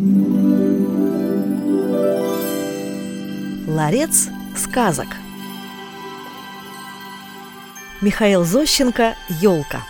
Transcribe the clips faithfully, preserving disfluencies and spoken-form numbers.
Ларец сказок. Михаил Зощенко «Ёлка».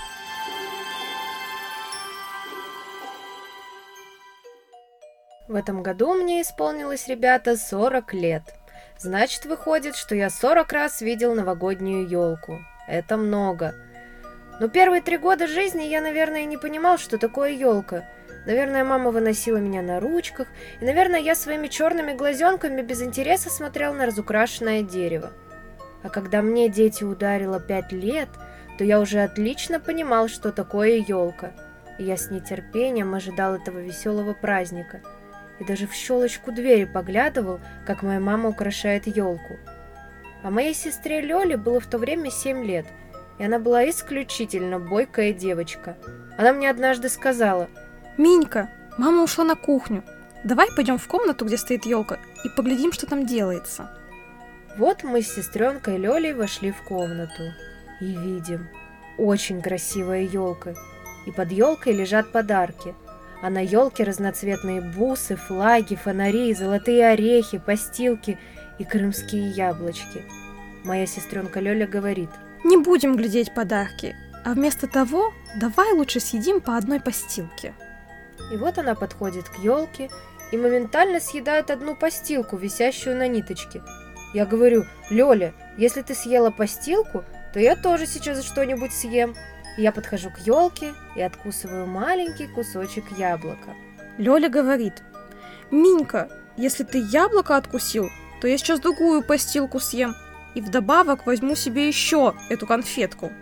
В этом году мне исполнилось, ребята, сорок лет. Значит, выходит, что я сорок раз видел новогоднюю елку. Это много. Но первые три года жизни я, наверное, не понимал, что такое елка. Наверное, мама выносила меня на ручках, и, наверное, я своими черными глазенками без интереса смотрел на разукрашенное дерево. А когда мне, дети, ударило пять лет, то я уже отлично понимал, что такое елка. И я с нетерпением ожидал этого веселого праздника. И даже в щелочку двери поглядывал, как моя мама украшает елку. А моей сестре Лёле было в то время семь лет, и она была исключительно бойкая девочка. Она мне однажды сказала: «Минька, мама ушла на кухню. Давай пойдем в комнату, где стоит елка, и поглядим, что там делается». Вот мы с сестренкой Лёлей вошли в комнату. И видим, очень красивая елка. И под елкой лежат подарки. А на елке разноцветные бусы, флаги, фонари, золотые орехи, постилки и крымские яблочки. Моя сестренка Лёля говорит: «Не будем глядеть подарки, а вместо того давай лучше съедим по одной постилке». И вот она подходит к елке и моментально съедает одну постилку, висящую на ниточке. Я говорю: «Лёля, если ты съела постилку, то я тоже сейчас что-нибудь съем». И я подхожу к елке и откусываю маленький кусочек яблока. Лёля говорит: «Минька, если ты яблоко откусил, то я сейчас другую постилку съем и вдобавок возьму себе еще эту конфетку».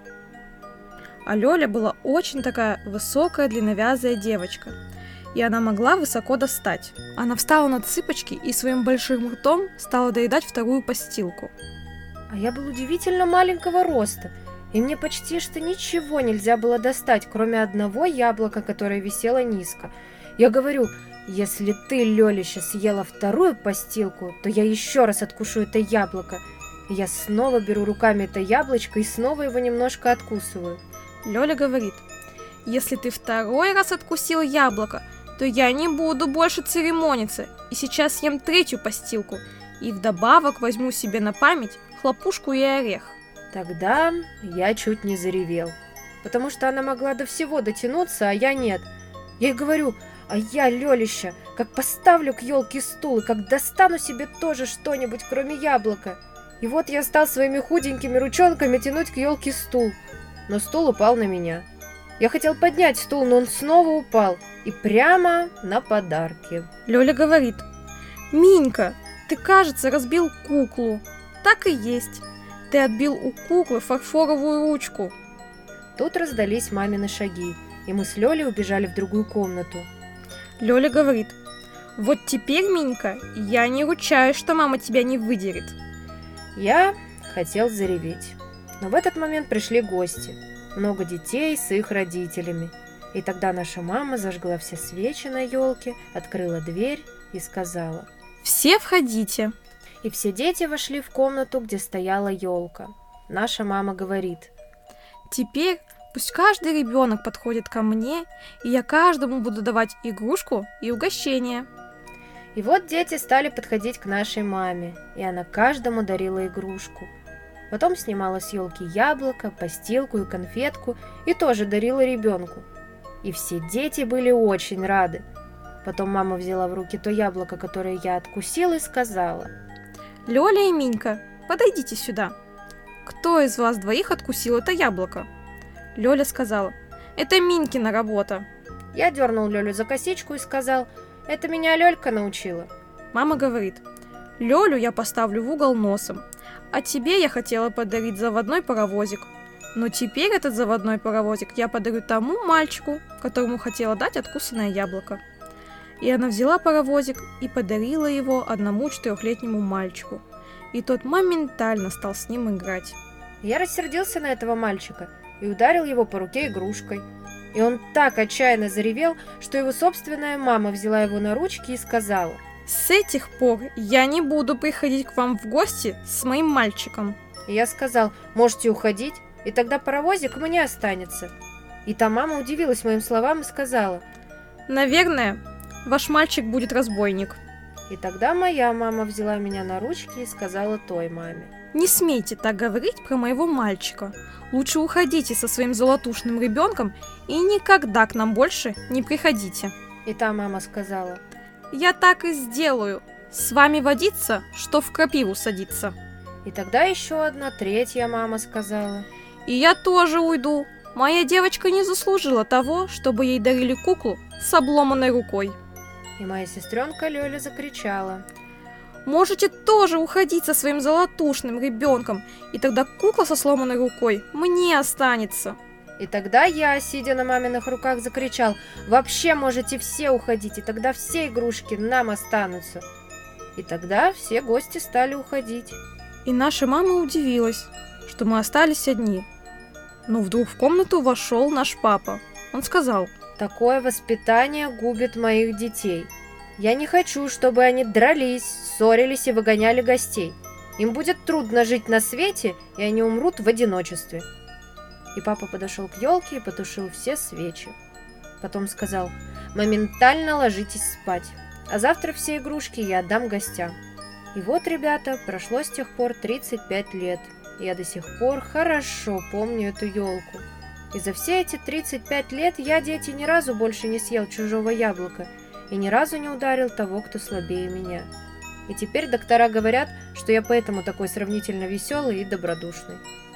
А Лёля была очень такая высокая длинновязая девочка, и она могла высоко достать. Она встала на цыпочки и своим большим ртом стала доедать вторую постилку. А я был удивительно маленького роста, и мне почти что ничего нельзя было достать, кроме одного яблока, которое висело низко. Я говорю: «Если ты, Лёлища, съела вторую постилку, то я еще раз откушу это яблоко». И я снова беру руками это яблочко и снова его немножко откусываю. Лёля говорит: «Если ты второй раз откусил яблоко, то я не буду больше церемониться и сейчас съем третью постилку и вдобавок возьму себе на память хлопушку и орех». Тогда я чуть не заревел, потому что она могла до всего дотянуться, а я нет. Я ей говорю: «А я, Лёлища, как поставлю к елке стул и как достану себе тоже что-нибудь, кроме яблока». И вот я стал своими худенькими ручонками тянуть к елке стул, но стул упал на меня. Я хотел поднять стул, но он снова упал, и прямо на подарки. Лёля говорит: «Минька, ты, кажется, разбил куклу». Так и есть. Ты отбил у куклы фарфоровую ручку. Тут раздались мамины шаги, и мы с Лёлей убежали в другую комнату. Лёля говорит: «Вот теперь, Минька, я не ручаюсь, что мама тебя не выдерет». Я хотел зареветь, но в этот момент пришли гости. Много детей с их родителями. И тогда наша мама зажгла все свечи на елке, открыла дверь и сказала: «Все входите». И все дети вошли в комнату, где стояла елка. Наша мама говорит: «Теперь пусть каждый ребенок подходит ко мне, и я каждому буду давать игрушку и угощение». И вот дети стали подходить к нашей маме, и она каждому дарила игрушку. Потом снимала с елки яблоко, постилку и конфетку и тоже дарила ребенку. И все дети были очень рады. Потом мама взяла в руки то яблоко, которое я откусила, и сказала: «Лёля и Минька, подойдите сюда. Кто из вас двоих откусил это яблоко?» Лёля сказала: «Это Минькина работа». Я дернул Лёлю за косичку и сказал: «Это меня Лёлька научила». Мама говорит: «Лёлю я поставлю в угол носом, а тебе я хотела подарить заводной паровозик. Но теперь этот заводной паровозик я подарю тому мальчику, которому хотела дать откусанное яблоко». И она взяла паровозик и подарила его одному четырехлетнему мальчику. И тот моментально стал с ним играть. Я рассердился на этого мальчика и ударил его по руке игрушкой. И он так отчаянно заревел, что его собственная мама взяла его на ручки и сказала: «С этих пор я не буду приходить к вам в гости с моим мальчиком». И я сказал: «Можете уходить, и тогда паровозик мне останется». И та мама удивилась моим словам и сказала: «Наверное, Ваш мальчик будет разбойник. И тогда моя мама взяла меня на ручки и сказала той маме: Не смейте так говорить про моего мальчика. Лучше уходите со своим золотушным ребенком и никогда к нам больше не приходите. И та мама сказала: Я так и сделаю. С вами водиться, что в крапиву садиться. И тогда еще одна третья мама сказала: И я тоже уйду. Моя девочка не заслужила того, чтобы ей дарили куклу с обломанной рукой. И моя сестренка Лёля закричала: Можете тоже уходить со своим золотушным ребенком, и тогда кукла со сломанной рукой мне останется. И тогда я, сидя на маминых руках, закричал: вообще можете все уходить, и тогда все игрушки нам останутся. И тогда все гости стали уходить. И наша мама удивилась, что мы остались одни. Но вдруг в комнату вошел наш папа. Он сказал: Такое воспитание губит моих детей. Я не хочу, чтобы они дрались, ссорились и выгоняли гостей. Им будет трудно жить на свете, и они умрут в одиночестве. И папа подошел к елке и потушил все свечи. Потом сказал: моментально ложитесь спать, а завтра все игрушки я отдам гостям. И вот, ребята, прошло с тех пор тридцать пять лет. И я до сих пор хорошо помню эту елку. И за все эти тридцать пять лет я, дети, ни разу больше не съел чужого яблока и ни разу не ударил того, кто слабее меня. И теперь доктора говорят, что я поэтому такой сравнительно веселый и добродушный.